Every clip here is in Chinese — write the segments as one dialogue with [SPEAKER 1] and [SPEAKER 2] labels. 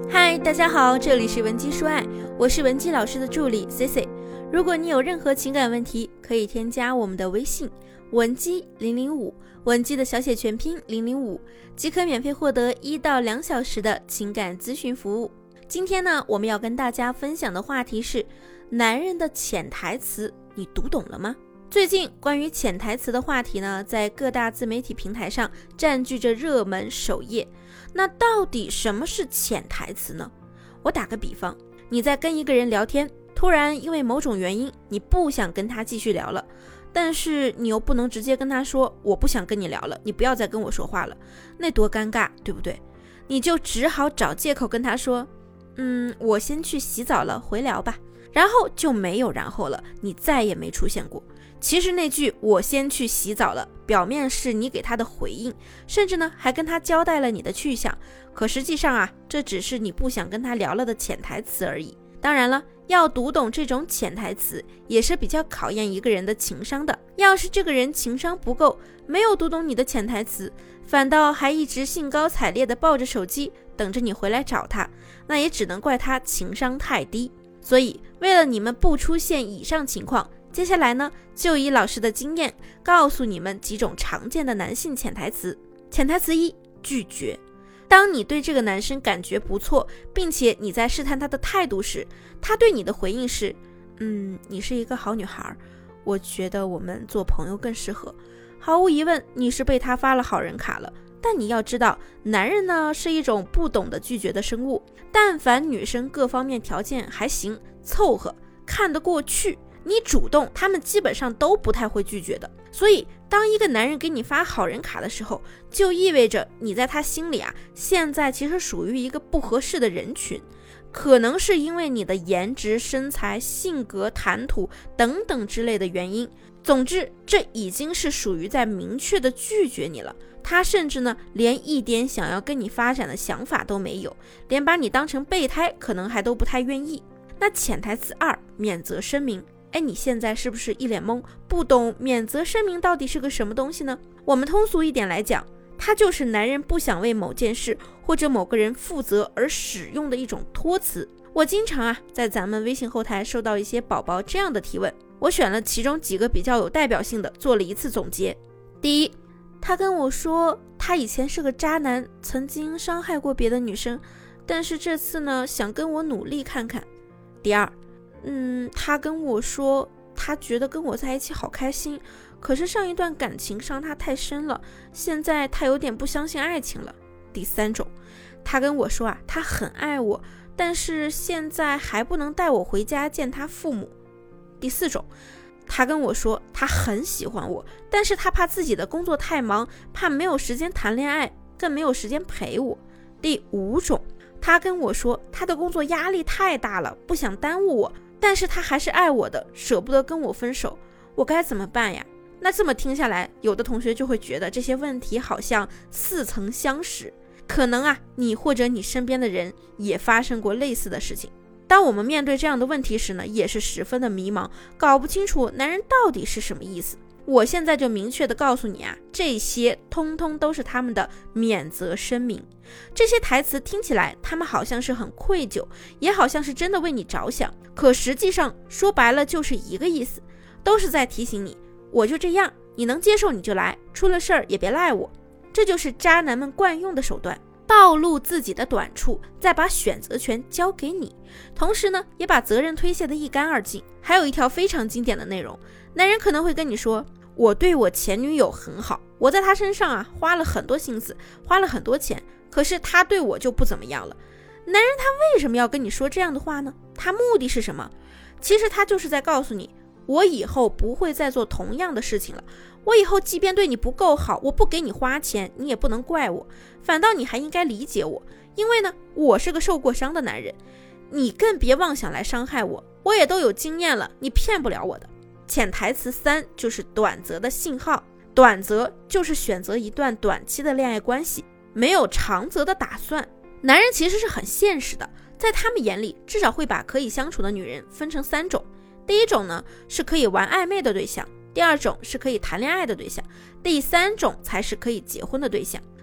[SPEAKER 1] 嗨，大家好，这里是文姬说爱，我是文姬老师的助理 Cici。如果你有任何情感问题，可以添加我们的微信文姬005，文姬的小写全拼005，即可免费获得1到2小时的情感咨询服务。今天呢，我们要跟大家分享的话题是男人的潜台词，你读懂了吗？最近关于潜台词的话题呢，在各大自媒体平台上占据着热门首页。那到底什么是潜台词呢？我打个比方，你在跟一个人聊天，突然因为某种原因，你不想跟他继续聊了，但是你又不能直接跟他说我不想跟你聊了，你不要再跟我说话了，那多尴尬，对不对？你就只好找借口跟他说我先去洗澡了，回聊吧，然后就没有然后了，你再也没出现过。其实那句我先去洗澡了，表面是你给他的回应，甚至呢还跟他交代了你的去向，可实际上啊，这只是你不想跟他聊了的潜台词而已。当然了，要读懂这种潜台词也是比较考验一个人的情商的。要是这个人情商不够，没有读懂你的潜台词，反倒还一直兴高采烈地抱着手机等着你回来找他，那也只能怪他情商太低。所以为了你们不出现以上情况，接下来呢，就以老师的经验告诉你们几种常见的男性潜台词。潜台词1，拒绝。当你对这个男生感觉不错，并且你在试探他的态度时，他对你的回应是你是一个好女孩，我觉得我们做朋友更适合。毫无疑问，你是被他发了好人卡了。但你要知道，男人呢是一种不懂得拒绝的生物，但凡女生各方面条件还行，凑合，看得过去，你主动，他们基本上都不太会拒绝的。所以当一个男人给你发好人卡的时候，就意味着你在他心里现在其实属于一个不合适的人群，可能是因为你的颜值、身材、性格、谈吐等等之类的原因。总之，这已经是属于在明确的拒绝你了。他甚至呢，连一点想要跟你发展的想法都没有，连把你当成备胎可能还都不太愿意。那潜台词2，免责声明。你现在是不是一脸懵，不懂免责声明到底是个什么东西呢？我们通俗一点来讲，它就是男人不想为某件事或者某个人负责而使用的一种托词。我经常在咱们微信后台收到一些宝宝这样的提问，我选了其中几个比较有代表性的做了一次总结。第一，他跟我说他以前是个渣男，曾经伤害过别的女生，但是这次呢想跟我努力看看。第二，他跟我说他觉得跟我在一起好开心，可是上一段感情伤他太深了，现在他有点不相信爱情了。第三种，他跟我说他很爱我，但是现在还不能带我回家见他父母。第四种，他跟我说他很喜欢我，但是他怕自己的工作太忙，怕没有时间谈恋爱，更没有时间陪我。第五种，他跟我说他的工作压力太大了，不想耽误我，但是他还是爱我的，舍不得跟我分手，我该怎么办呀？那这么听下来，有的同学就会觉得这些问题好像似曾相识，可能你或者你身边的人也发生过类似的事情。当我们面对这样的问题时呢，也是十分的迷茫，搞不清楚男人到底是什么意思。我现在就明确的告诉你这些通通都是他们的免责声明。这些台词听起来他们好像是很愧疚，也好像是真的为你着想，可实际上说白了就是一个意思，都是在提醒你，我就这样，你能接受你就来，出了事儿也别赖我。这就是渣男们惯用的手段，暴露自己的短处，再把选择权交给你，同时呢也把责任推卸得一干二净。还有一条非常经典的内容，男人可能会跟你说，我对我前女友很好，我在她身上花了很多心思，花了很多钱，可是她对我就不怎么样了。男人他为什么要跟你说这样的话呢？他目的是什么？其实他就是在告诉你，我以后不会再做同样的事情了，我以后即便对你不够好，我不给你花钱，你也不能怪我，反倒你还应该理解我，因为呢我是个受过伤的男人，你更别妄想来伤害我，我也都有经验了，你骗不了我的。潜台词3，就是短则的信号。短则就是选择一段短期的恋爱关系，没有长则的打算。男人其实是很现实的，在他们眼里至少会把可以相处的女人分成3种。第一种呢是可以玩暧昧的对象，第二种是可以谈恋爱的对象，第三种才是可以结婚的对象。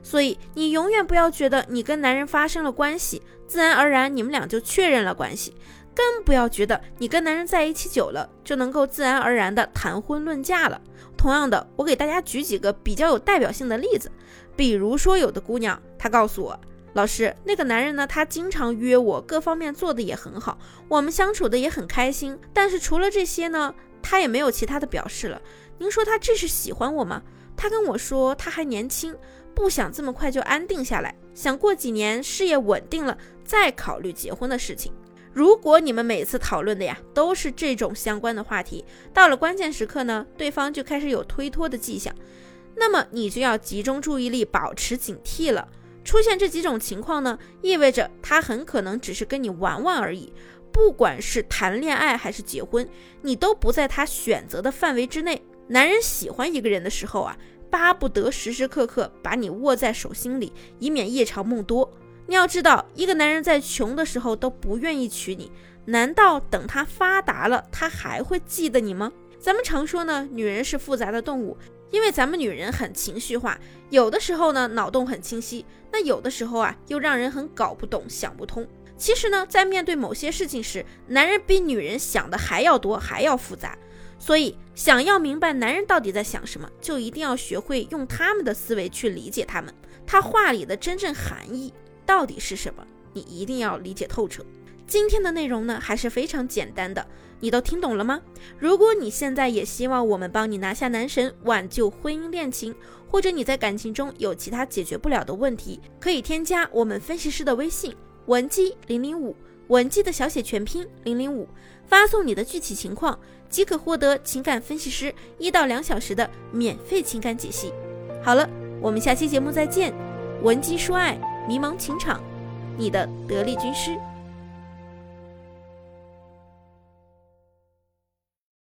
[SPEAKER 1] 所以你永远不要觉得你跟男人发生了关系，自然而然你们俩就确认了关系，更不要觉得你跟男人在一起久了就能够自然而然的谈婚论嫁了。同样的，我给大家举几个比较有代表性的例子。比如说有的姑娘她告诉我，老师，那个男人呢，他经常约我，各方面做的也很好，我们相处的也很开心，但是除了这些呢，他也没有其他的表示了。您说他这是喜欢我吗？他跟我说他还年轻，不想这么快就安定下来，想过几年事业稳定了再考虑结婚的事情。如果你们每次讨论的呀都是这种相关的话题，到了关键时刻呢，对方就开始有推脱的迹象，那么你就要集中注意力，保持警惕了。出现这几种情况呢，意味着他很可能只是跟你玩玩而已，不管是谈恋爱还是结婚，你都不在他选择的范围之内。男人喜欢一个人的时候啊，巴不得时时刻刻把你握在手心里，以免夜长梦多。你要知道，一个男人在穷的时候都不愿意娶你，难道等他发达了，他还会记得你吗？咱们常说呢，女人是复杂的动物，因为咱们女人很情绪化，有的时候呢脑洞很清晰，那有的时候啊又让人很搞不懂想不通。其实呢，在面对某些事情时，男人比女人想的还要多，还要复杂。所以想要明白男人到底在想什么，就一定要学会用他们的思维去理解他们，他话里的真正含义到底是什么，你一定要理解透彻。今天的内容呢还是非常简单的，你都听懂了吗？如果你现在也希望我们帮你拿下男神，挽救婚姻恋情，或者你在感情中有其他解决不了的问题，可以添加我们分析师的微信文姬005，文姬的小写全拼005，发送你的具体情况，即可获得情感分析师1到2小时的免费情感解析。好了，我们下期节目再见。文姬说爱，迷茫情场，你的得力军师。